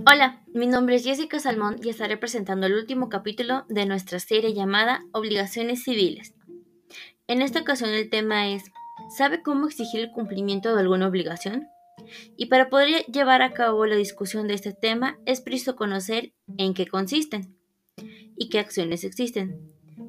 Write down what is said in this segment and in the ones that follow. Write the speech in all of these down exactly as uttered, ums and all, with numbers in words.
Hola, mi nombre es Jessica Salmón y estaré presentando el último capítulo de nuestra serie llamada Obligaciones Civiles. En esta ocasión el tema es ¿sabe cómo exigir el cumplimiento de alguna obligación? Y para poder llevar a cabo la discusión de este tema es preciso conocer en qué consisten y qué acciones existen.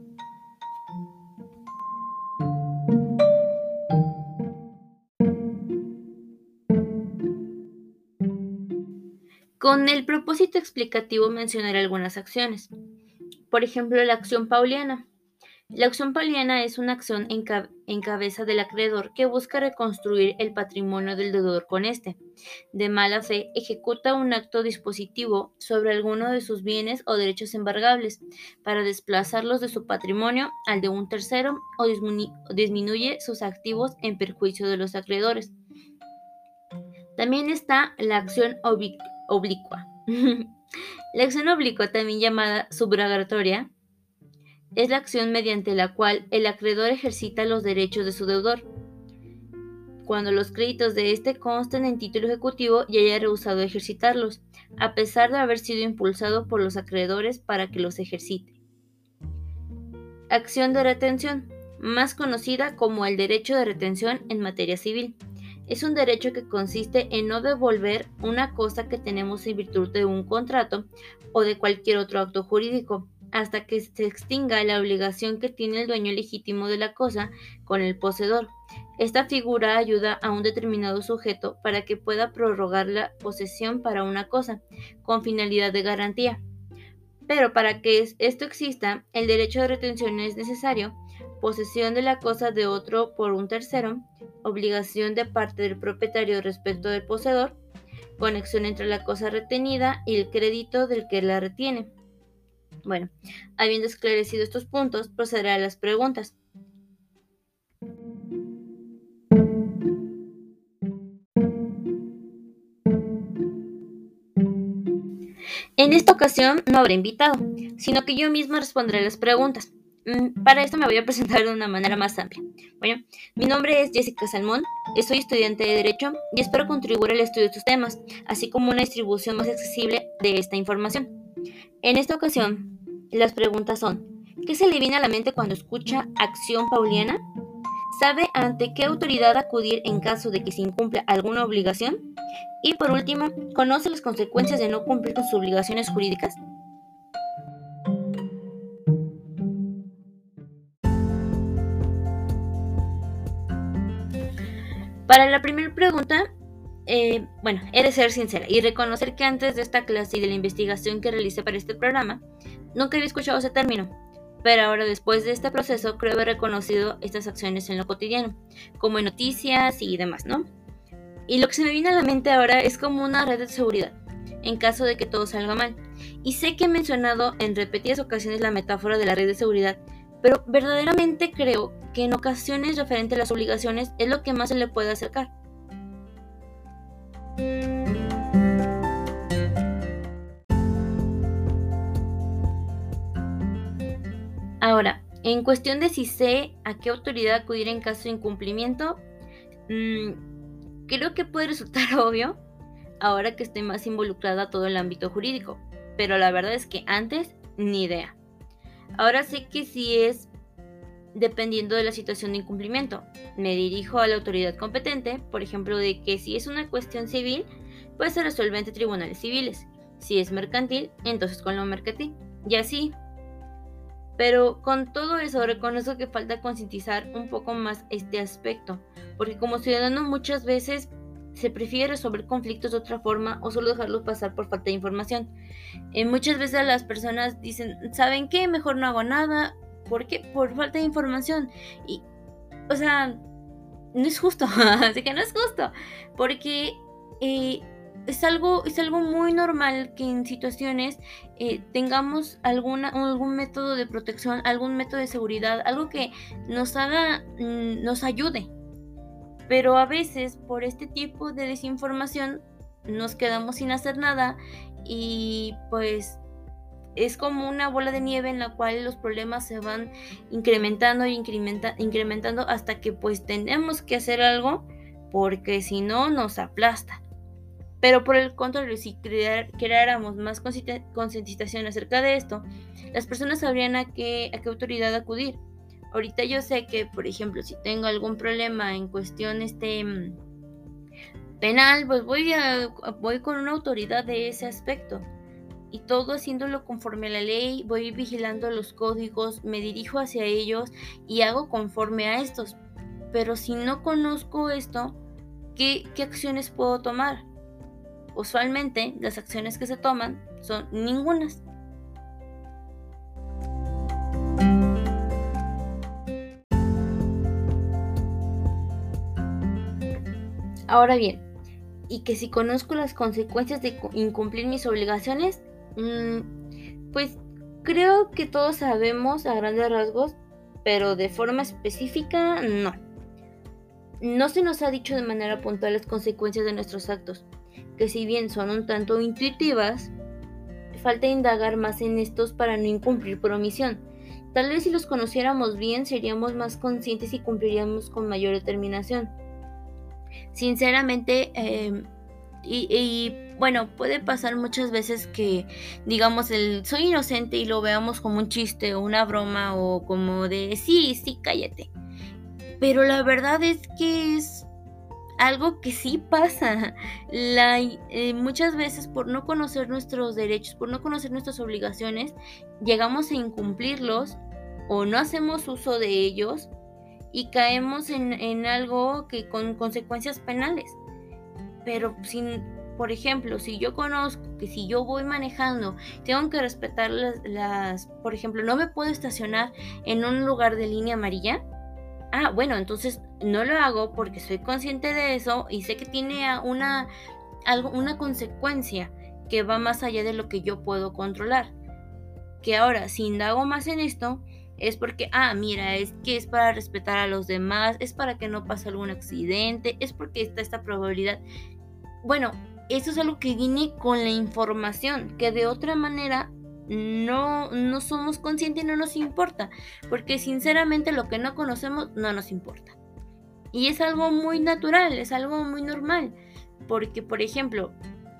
Con el propósito explicativo mencionaré algunas acciones. Por ejemplo, la acción pauliana. La acción pauliana es una acción en, ca- en cabeza del acreedor que busca reconstruir el patrimonio del deudor con éste. De mala fe, ejecuta un acto dispositivo sobre alguno de sus bienes o derechos embargables para desplazarlos de su patrimonio al de un tercero o disminu- disminuye sus activos en perjuicio de los acreedores. También está la acción obli- oblicua. La acción oblicua, también llamada subrogatoria, es la acción mediante la cual el acreedor ejercita los derechos de su deudor, cuando los créditos de éste constan en título ejecutivo y haya rehusado ejercitarlos, a pesar de haber sido impulsado por los acreedores para que los ejercite. Acción de retención, más conocida como el derecho de retención en materia civil. Es un derecho que consiste en no devolver una cosa que tenemos en virtud de un contrato o de cualquier otro acto jurídico, hasta que se extinga la obligación que tiene el dueño legítimo de la cosa con el poseedor. Esta figura ayuda a un determinado sujeto para que pueda prorrogar la posesión para una cosa, con finalidad de garantía. Pero para que esto exista, el derecho de retención es necesario: posesión de la cosa de otro por un tercero, obligación de parte del propietario respecto del poseedor, conexión entre la cosa retenida y el crédito del que la retiene. Bueno, habiendo esclarecido estos puntos, procederé a las preguntas. En esta ocasión no habré invitado, sino que yo misma responderé las preguntas. Mm, Para esto me voy a presentar de una manera más amplia. Bueno, mi nombre es Jessica Salmón, soy estudiante de Derecho y espero contribuir al estudio de estos temas, así como una distribución más accesible de esta información. En esta ocasión, las preguntas son: ¿qué se le viene a la mente cuando escucha acción pauliana? ¿Sabe ante qué autoridad acudir en caso de que se incumpla alguna obligación? Y por último, ¿conoce las consecuencias de no cumplir con sus obligaciones jurídicas? Para la primera pregunta, eh, bueno, he de ser sincera y reconocer que antes de esta clase y de la investigación que realicé para este programa, nunca había escuchado ese término, pero ahora, después de este proceso, creo haber reconocido estas acciones en lo cotidiano, como en noticias y demás, ¿no? Y lo que se me viene a la mente ahora es como una red de seguridad, en caso de que todo salga mal. Y sé que he mencionado en repetidas ocasiones la metáfora de la red de seguridad, pero verdaderamente creo que en ocasiones referente a las obligaciones es lo que más se le puede acercar. Ahora, en cuestión de si sé a qué autoridad acudir en caso de incumplimiento, mmm, creo que puede resultar obvio ahora que estoy más involucrada a todo el ámbito jurídico, pero la verdad es que antes ni idea. Ahora sé que si es dependiendo de la situación de incumplimiento, me dirijo a la autoridad competente, por ejemplo, de que si es una cuestión civil, pues se resuelve ante tribunales civiles. Si es mercantil, entonces con lo mercantil. Y así. Pero con todo eso reconozco que falta concientizar un poco más este aspecto, porque como ciudadano muchas veces se prefiere resolver conflictos de otra forma o solo dejarlos pasar por falta de información. Eh, muchas veces las personas dicen, ¿saben qué? Mejor no hago nada. ¿Por qué? Por falta de información. Y, o sea, no es justo, así que no es justo, porque eh, es algo, es algo muy normal que en situaciones eh, tengamos alguna, algún método de protección, algún método de seguridad, algo que nos haga, mm, nos ayude. Pero a veces por este tipo de desinformación nos quedamos sin hacer nada y pues es como una bola de nieve en la cual los problemas se van incrementando y incrementa, incrementando hasta que pues tenemos que hacer algo porque si no nos aplasta. Pero por el contrario, si crear, creáramos más concientización acerca de esto, las personas sabrían a qué, a qué autoridad acudir. Ahorita yo sé que, por ejemplo, si tengo algún problema en cuestión este penal, pues voy a voy con una autoridad de ese aspecto. Y todo haciéndolo conforme a la ley, voy vigilando los códigos, me dirijo hacia ellos y hago conforme a estos. Pero si no conozco esto, ¿qué, qué acciones puedo tomar? Usualmente las acciones que se toman son ningunas. Ahora bien, y que si conozco las consecuencias de incumplir mis obligaciones, mmm, pues creo que todos sabemos a grandes rasgos, pero de forma específica no. No se nos ha dicho de manera puntual las consecuencias de nuestros actos, que si bien son un tanto intuitivas, falta indagar más en estos para no incumplir por omisión. Tal vez si los conociéramos bien seríamos más conscientes y cumpliríamos con mayor determinación. Sinceramente, eh, y, y bueno, puede pasar muchas veces que digamos el soy inocente y lo veamos como un chiste o una broma o como de sí, sí, cállate. Pero la verdad es que es algo que sí pasa. La, eh, muchas veces por no conocer nuestros derechos, por no conocer nuestras obligaciones, llegamos a incumplirlos o no hacemos uso de ellos y caemos en, en algo que con consecuencias penales. Pero sin, por ejemplo, si yo conozco que si yo voy manejando, tengo que respetar las, las, por ejemplo, no me puedo estacionar en un lugar de línea amarilla. Ah, bueno, entonces no lo hago porque soy consciente de eso y sé que tiene una, algo, una consecuencia que va más allá de lo que yo puedo controlar. Que ahora, si indago más en esto, es porque, ah, mira, es que es para respetar a los demás, es para que no pase algún accidente, es porque está esta probabilidad. Bueno, eso es algo que viene con la información, que de otra manera no, no somos conscientes y no nos importa, porque sinceramente lo que no conocemos no nos importa. Y es algo muy natural, es algo muy normal, porque por ejemplo,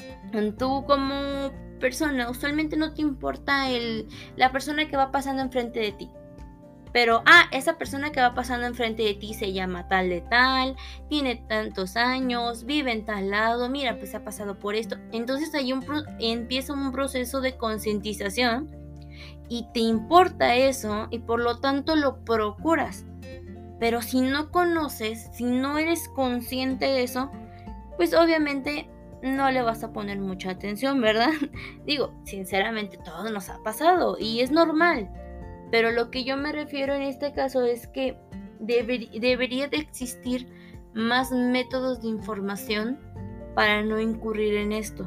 tú como persona usualmente no te importa el, la persona que va pasando enfrente de ti. Pero, ah, esa persona que va pasando enfrente de ti se llama tal de tal, tiene tantos años, vive en tal lado, mira, pues ha pasado por esto. Entonces ahí un pro- empieza un proceso de concientización y te importa eso y por lo tanto lo procuras. Pero si no conoces, si no eres consciente de eso, pues obviamente no le vas a poner mucha atención, ¿verdad? Digo, sinceramente todo nos ha pasado y es normal. Pero lo que yo me refiero en este caso es que deber, debería de existir más métodos de información para no incurrir en esto.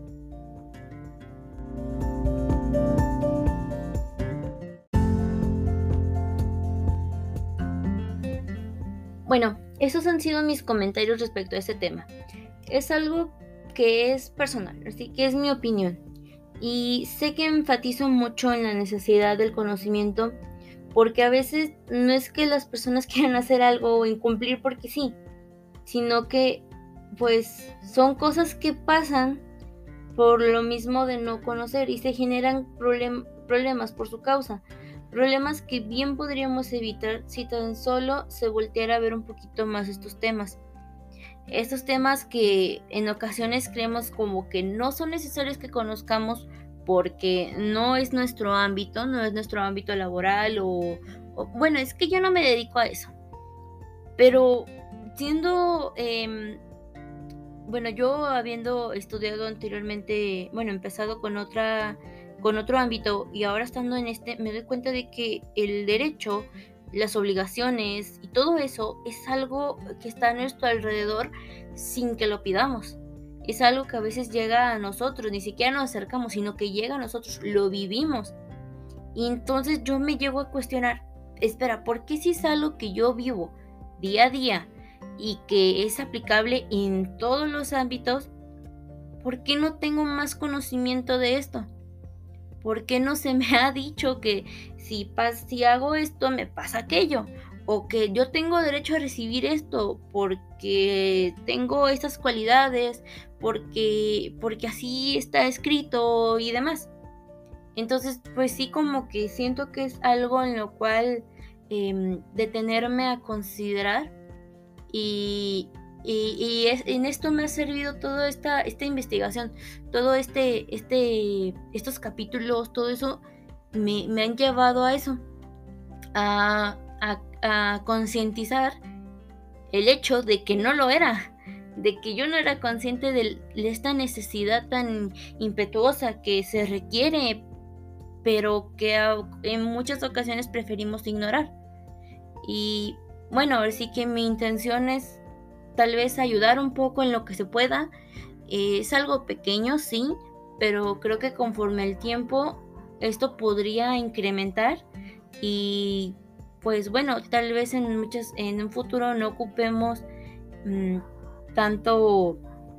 Bueno, esos han sido mis comentarios respecto a este tema. Es algo que es personal, así que es mi opinión. Y sé que enfatizo mucho en la necesidad del conocimiento porque a veces no es que las personas quieran hacer algo o incumplir porque sí, sino que pues son cosas que pasan por lo mismo de no conocer y se generan problem- problemas por su causa. Problemas que bien podríamos evitar si tan solo se volteara a ver un poquito más estos temas. Estos temas que en ocasiones creemos como que no son necesarios que conozcamos porque no es nuestro ámbito, no es nuestro ámbito laboral o, o bueno, es que yo no me dedico a eso. Pero siendo, eh, bueno, yo habiendo estudiado anteriormente, bueno, empezado con otra, con otro ámbito y ahora estando en este, me doy cuenta de que el derecho, las obligaciones y todo eso es algo que está a nuestro alrededor sin que lo pidamos. Es algo que a veces llega a nosotros, ni siquiera nos acercamos, sino que llega a nosotros, lo vivimos. Y entonces yo me llego a cuestionar, espera, ¿por qué si es algo que yo vivo día a día y que es aplicable en todos los ámbitos, por qué no tengo más conocimiento de esto? ¿Por qué no se me ha dicho que si, pas- si hago esto me pasa aquello? o que yo tengo derecho a recibir esto porque tengo estas cualidades, porque, porque así está escrito y demás. Entonces, pues sí, como que siento que es algo en lo cual eh, detenerme a considerar y, y, y es, en esto me ha servido toda esta, esta investigación, todo este, este, estos capítulos, todo eso me, me han llevado a eso, a, a, a concientizar el hecho de que no lo era, de que yo no era consciente de esta necesidad tan impetuosa que se requiere, pero que en muchas ocasiones preferimos ignorar. Y bueno, ahora sí que mi intención es tal vez ayudar un poco en lo que se pueda. Eh, es algo pequeño, sí, pero creo que conforme el tiempo esto podría incrementar y pues bueno, tal vez en muchas en un futuro no ocupemos mmm, tanto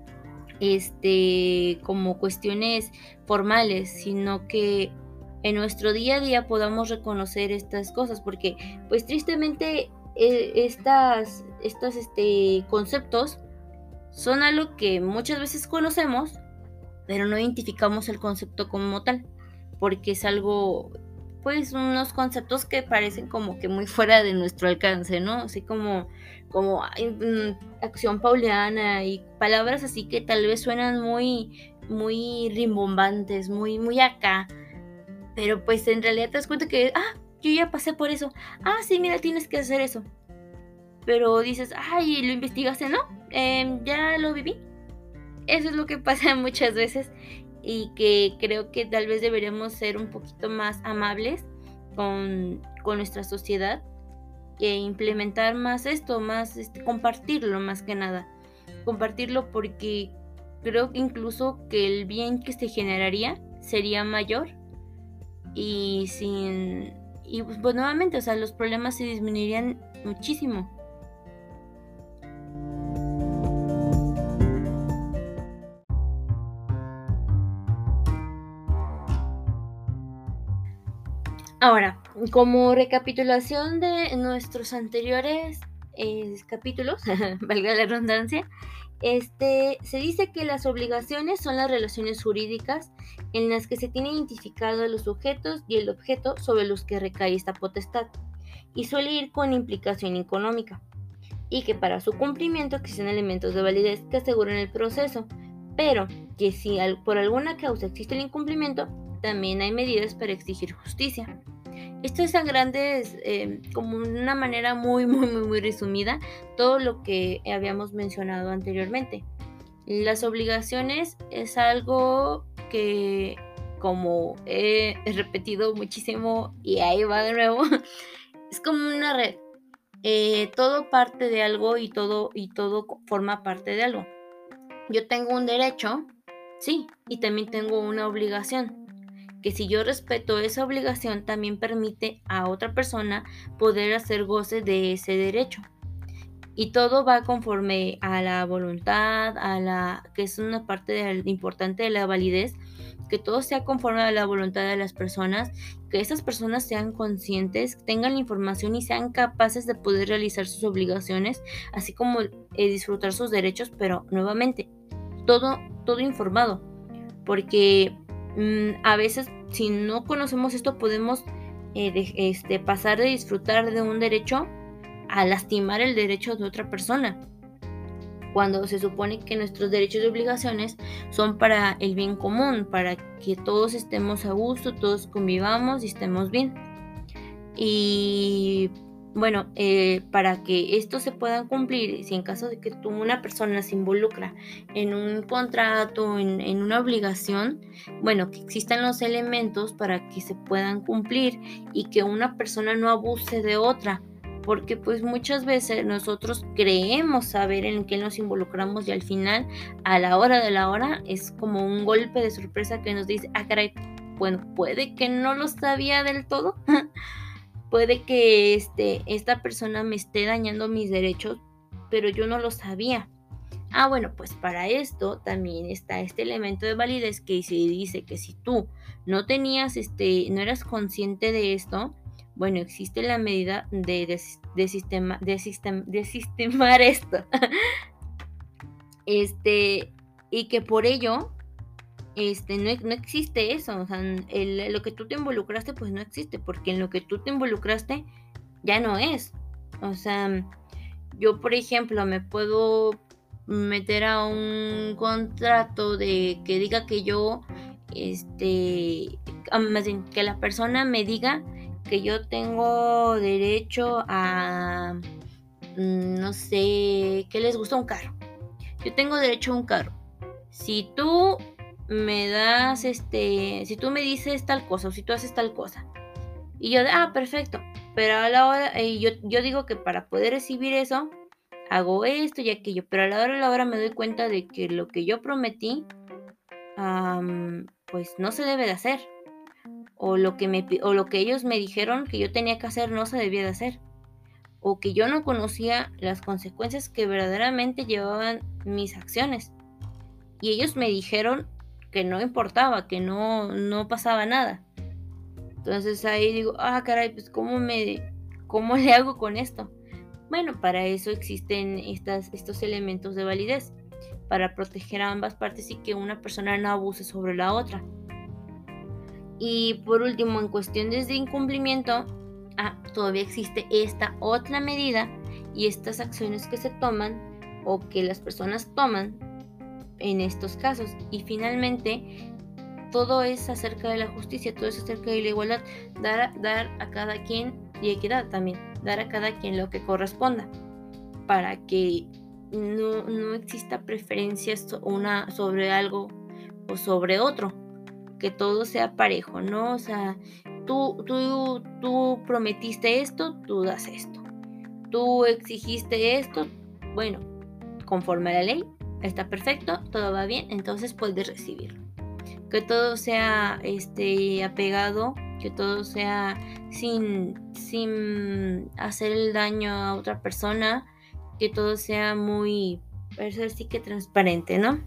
este como cuestiones formales, sino que en nuestro día a día podamos reconocer estas cosas, porque pues tristemente eh, estas estos este conceptos son algo que muchas veces conocemos, pero no identificamos el concepto como tal, porque es algo, pues unos conceptos que parecen como que muy fuera de nuestro alcance, ¿no? Así como, como mm, acción pauliana y palabras así que tal vez suenan muy, muy rimbombantes, muy, muy acá, pero pues en realidad te das cuenta que, ah, yo ya pasé por eso, ah, sí, mira, tienes que hacer eso, pero dices, ay, lo investigaste, ¿no? Eh, ya lo viví. Eso es lo que pasa muchas veces y que creo que tal vez deberíamos ser un poquito más amables con, con nuestra sociedad e implementar más esto, más este, compartirlo más que nada. Compartirlo porque creo que incluso que el bien que se generaría sería mayor y sin y pues, pues nuevamente, o sea, los problemas se disminuirían muchísimo. Ahora, como recapitulación de nuestros anteriores eh, capítulos, valga la redundancia, este, se dice que las obligaciones son las relaciones jurídicas en las que se tiene identificado los sujetos y el objeto sobre los que recae esta potestad, y suele ir con implicación económica, y que para su cumplimiento existen elementos de validez que aseguran el proceso, pero que si por alguna causa existe el incumplimiento, también hay medidas para exigir justicia. Esto es a grandes, eh, como una manera muy, muy, muy, muy resumida, todo lo que habíamos mencionado anteriormente. Las obligaciones es algo que, como he repetido muchísimo y ahí va de nuevo, es como una red. Eh, todo parte de algo y todo, y todo forma parte de algo. Yo tengo un derecho, sí, y también tengo una obligación, que si yo respeto esa obligación también permite a otra persona poder hacer goce de ese derecho. Y todo va conforme a la voluntad, a la que es una parte de, importante de la validez, que todo sea conforme a la voluntad de las personas, que esas personas sean conscientes, tengan la información y sean capaces de poder realizar sus obligaciones, así como eh, disfrutar sus derechos, pero nuevamente, todo, todo informado, porque mmm, a veces si no conocemos esto podemos eh, de, este, pasar de disfrutar de un derecho a lastimar el derecho de otra persona, cuando se supone que nuestros derechos y obligaciones son para el bien común, para que todos estemos a gusto, todos convivamos y estemos bien. Y bueno, eh, para que esto se pueda cumplir, si en caso de que tú, una persona se involucra en un contrato, en, en una obligación, bueno, que existan los elementos para que se puedan cumplir y que una persona no abuse de otra, porque pues muchas veces nosotros creemos saber en qué nos involucramos y al final, a la hora de la hora, es como un golpe de sorpresa que nos dice, ah, caray, bueno, puede que no lo sabía del todo. Puede que este, esta persona me esté dañando mis derechos, pero yo no lo sabía. Ah, bueno, pues para esto también está este elemento de validez que se dice que si tú no tenías, este, no eras consciente de esto, Bueno, existe la medida de, de, de, sistema, de, sistem, de sistemar esto. este, y que por ello este, no, no existe eso. O sea, el, lo que tú te involucraste, pues no existe, porque en lo que tú te involucraste ya no es. O sea, yo, por ejemplo, me puedo meter a un contrato de que diga que yo, este, más bien, que la persona me diga que yo tengo derecho a, no sé, que les gusta un carro. Yo tengo derecho a un carro. Si tú me das, este, si tú me dices tal cosa, o si tú haces tal cosa, y yo, ah, perfecto, pero a la hora, eh, yo, yo digo que para poder recibir eso, hago esto y aquello, pero a la hora a la hora me doy cuenta de que lo que yo prometí, um, pues no se debe de hacer, o lo que me, o lo que ellos me dijeron que yo tenía que hacer no se debía de hacer, o que yo no conocía las consecuencias que verdaderamente llevaban mis acciones, y ellos me dijeron que no importaba, que no, no pasaba nada. Entonces ahí digo, ah, caray, pues ¿cómo me, cómo le hago con esto? Bueno, para eso existen estas, estos elementos de validez, para proteger a ambas partes y que una persona no abuse sobre la otra. Y por último, en cuestiones de incumplimiento, ah, todavía existe esta otra medida y estas acciones que se toman o que las personas toman en estos casos. Y finalmente, todo es acerca de la justicia, todo es acerca de la igualdad, dar, dar a cada quien, y equidad también, dar a cada quien lo que corresponda, para que no, no exista preferencias una sobre algo o sobre otro, que todo sea parejo, ¿no? O sea, tú, tú, tú prometiste esto, tú das esto, tú exigiste esto, bueno, conforme a la ley, está perfecto, todo va bien, entonces puedes recibirlo. Que todo sea este apegado, que todo sea sin, sin hacer el daño a otra persona, que todo sea muy, eso sí que transparente, ¿no?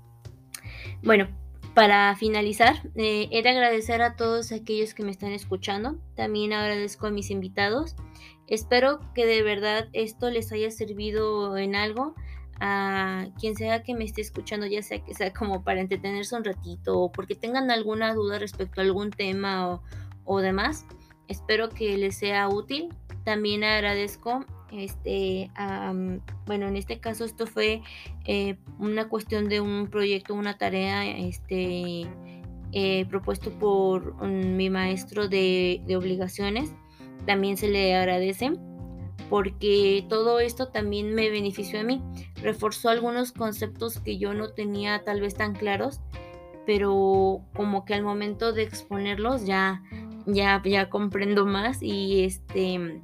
Bueno, para finalizar, eh, he de agradecer a todos aquellos que me están escuchando. También agradezco a mis invitados. Espero que de verdad esto les haya servido en algo. A quien sea que me esté escuchando, ya sea que sea como para entretenerse un ratito o porque tengan alguna duda respecto a algún tema o, o demás, espero que les sea útil. También agradezco, este, um, bueno, en este caso esto fue eh, una cuestión de un proyecto, una tarea, este, eh, propuesto por um, mi maestro de, de obligaciones. También se le agradece, porque todo esto también me benefició a mí, reforzó algunos conceptos que yo no tenía tal vez tan claros, pero como que al momento de exponerlos ya, ya, ya comprendo más y este,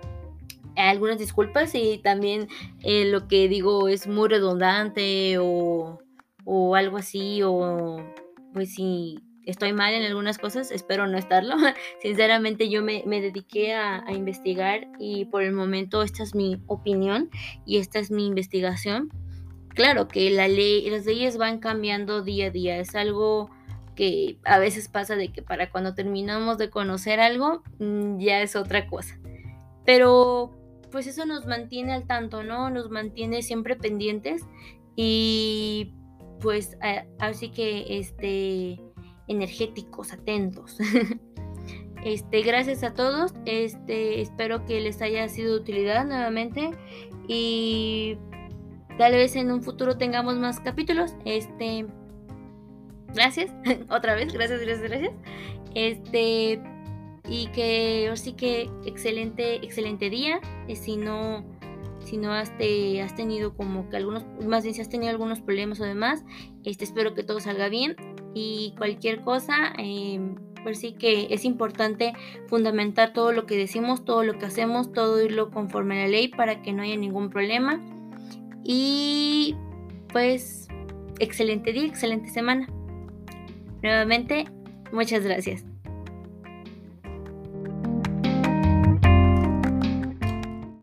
algunas disculpas y también eh, lo que digo es muy redundante o, o algo así, o pues si estoy mal en algunas cosas, espero no estarlo. Sinceramente yo me, me dediqué a, a investigar y por el momento esta es mi opinión y esta es mi investigación. Claro que la ley, las leyes van cambiando día a día, es algo que a veces pasa de que para cuando terminamos de conocer algo ya es otra cosa, pero pues eso nos mantiene al tanto, ¿no? Nos mantiene siempre pendientes y pues a, así que este energéticos, atentos. Este, gracias a todos. Este, espero que les haya sido de utilidad nuevamente y tal vez en un futuro tengamos más capítulos. Este, gracias. Otra vez, gracias, gracias, gracias. Este, y que ahora sí que excelente, excelente día. Eh, si no, si no has, te, has tenido como que algunos, más bien si has tenido algunos problemas o demás, este, espero que todo salga bien y cualquier cosa, eh, pues sí que es importante fundamentar todo lo que decimos, todo lo que hacemos, todo irlo conforme a la ley para que no haya ningún problema. Y pues excelente día, excelente semana. Nuevamente, muchas gracias.